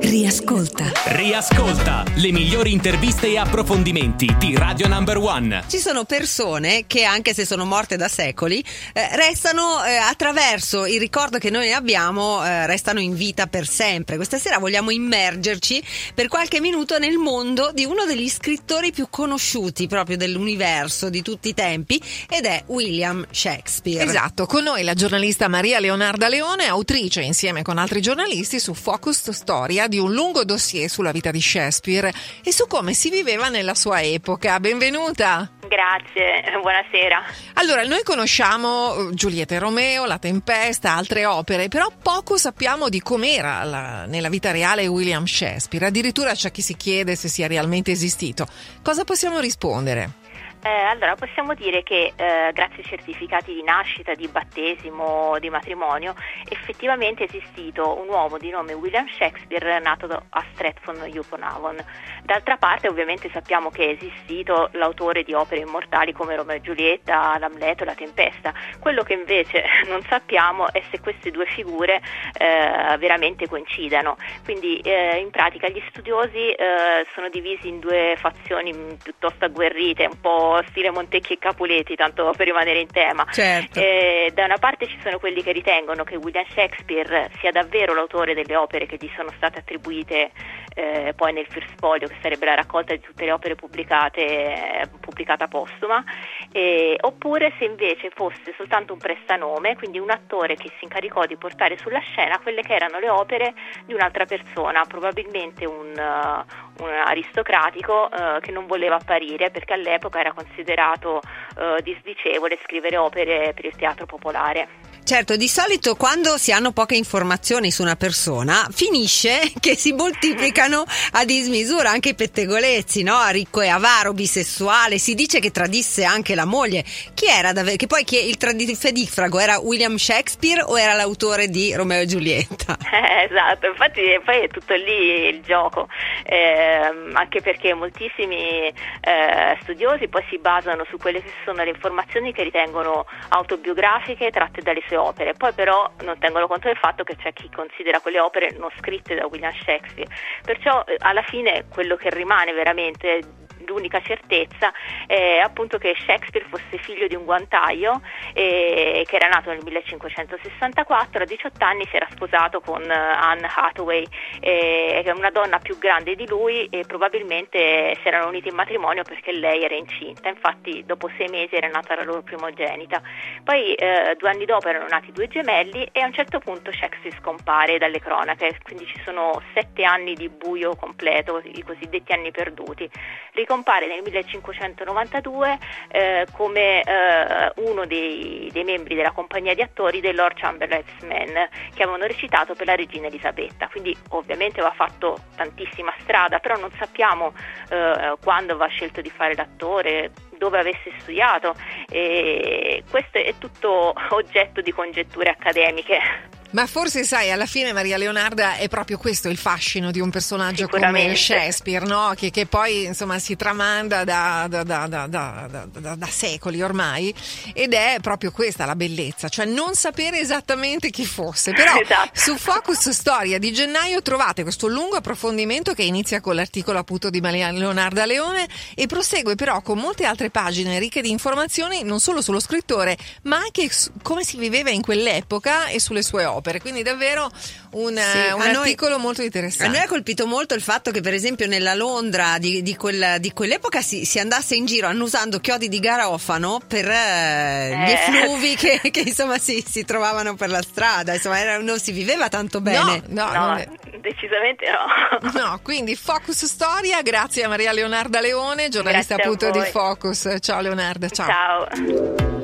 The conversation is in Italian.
Riascolta le migliori interviste e approfondimenti di Radio Number One. Ci sono persone che, anche se sono morte da secoli, restano attraverso il ricordo che noi abbiamo, restano in vita per sempre. Questa sera vogliamo immergerci per qualche minuto nel mondo di uno degli scrittori più conosciuti proprio dell'universo di tutti i tempi, ed è William Shakespeare. Esatto, con noi la giornalista Maria Leonarda Leone, autrice insieme con altri giornalisti su Focus Storia di un lungo dossier sulla vita di Shakespeare e su come si viveva nella sua epoca. Benvenuta! Grazie, buonasera. Allora, noi conosciamo Giulietta e Romeo, La Tempesta, altre opere, però poco sappiamo di com'era nella vita reale William Shakespeare. Addirittura c'è chi si chiede se sia realmente esistito. Cosa possiamo rispondere? Allora, possiamo dire che grazie ai certificati di nascita, di battesimo, di matrimonio, effettivamente è esistito un uomo di nome William Shakespeare nato a Stratford-upon-Avon. D'altra parte, ovviamente, sappiamo che è esistito l'autore di opere immortali come Romeo e Giulietta, l'Amleto e La Tempesta. Quello che invece non sappiamo è se queste due figure veramente coincidano. Quindi, in pratica, gli studiosi sono divisi in due fazioni piuttosto agguerrite, un po' stile Montecchi e Capuleti, tanto per rimanere in tema. Certo. Da una parte ci sono quelli che ritengono che William Shakespeare sia davvero l'autore delle opere che gli sono state attribuite poi nel First Folio, che sarebbe la raccolta di tutte le opere pubblicata postuma, oppure se invece fosse soltanto un prestanome, quindi un attore che si incaricò di portare sulla scena quelle che erano le opere di un'altra persona, probabilmente un aristocratico che non voleva apparire perché all'epoca era considerato disdicevole scrivere opere per il teatro popolare. Certo, di solito quando si hanno poche informazioni su una persona finisce che si moltiplicano a dismisura anche i pettegolezzi, no? Ricco e avaro, bisessuale, si dice che tradisse anche la moglie. Chi era davvero? Che poi il fedifrago era William Shakespeare o era l'autore di Romeo e Giulietta? Esatto, infatti poi è tutto lì il gioco, anche perché moltissimi studiosi poi si basano su quelle che sono le informazioni che ritengono autobiografiche tratte dalle sue opere, poi però non tengono conto del fatto che c'è chi considera quelle opere non scritte da William Shakespeare. Perciò alla fine quello che rimane veramente, l'unica certezza, è appunto che Shakespeare fosse figlio di un guantaio che era nato nel 1564, a 18 anni si era sposato con Anne Hathaway, che è una donna più grande di lui, e probabilmente si erano uniti in matrimonio perché lei era incinta. Infatti dopo 6 mesi era nata la loro primogenita. Poi 2 anni dopo erano nati 2 gemelli e a un certo punto Shakespeare scompare dalle cronache, quindi ci sono 7 anni di buio completo, i cosiddetti anni perduti. Ricompare nel 1592 come uno dei membri della compagnia di attori dei Lord Chamberlain's Men che avevano recitato per la regina Elisabetta. Quindi ovviamente aveva fatto tantissima strada, però non sappiamo quando aveva scelto di fare l'attore, dove avesse studiato, e questo è tutto oggetto di congetture accademiche. Ma forse sai, alla fine, Maria Leonarda, è proprio questo il fascino di un personaggio come Shakespeare, no? Che poi insomma si tramanda da secoli ormai, ed è proprio questa la bellezza, cioè non sapere esattamente chi fosse. Però esatto. Su Focus Storia di gennaio trovate questo lungo approfondimento che inizia con l'articolo appunto di Maria Leonarda Leone e prosegue però con molte altre pagine ricche di informazioni non solo sullo scrittore ma anche come si viveva in quell'epoca e sulle sue opere. Quindi davvero un articolo molto interessante. A noi ha colpito molto il fatto che per esempio nella Londra di quell'epoca si andasse in giro annusando chiodi di garofano per gli effluvi che insomma si trovavano per la strada. Insomma non si viveva tanto bene. No, decisamente no. No, quindi Focus Storia, grazie a Maria Leonarda Leone, giornalista appunto di Focus. Ciao Leonarda, ciao. Ciao.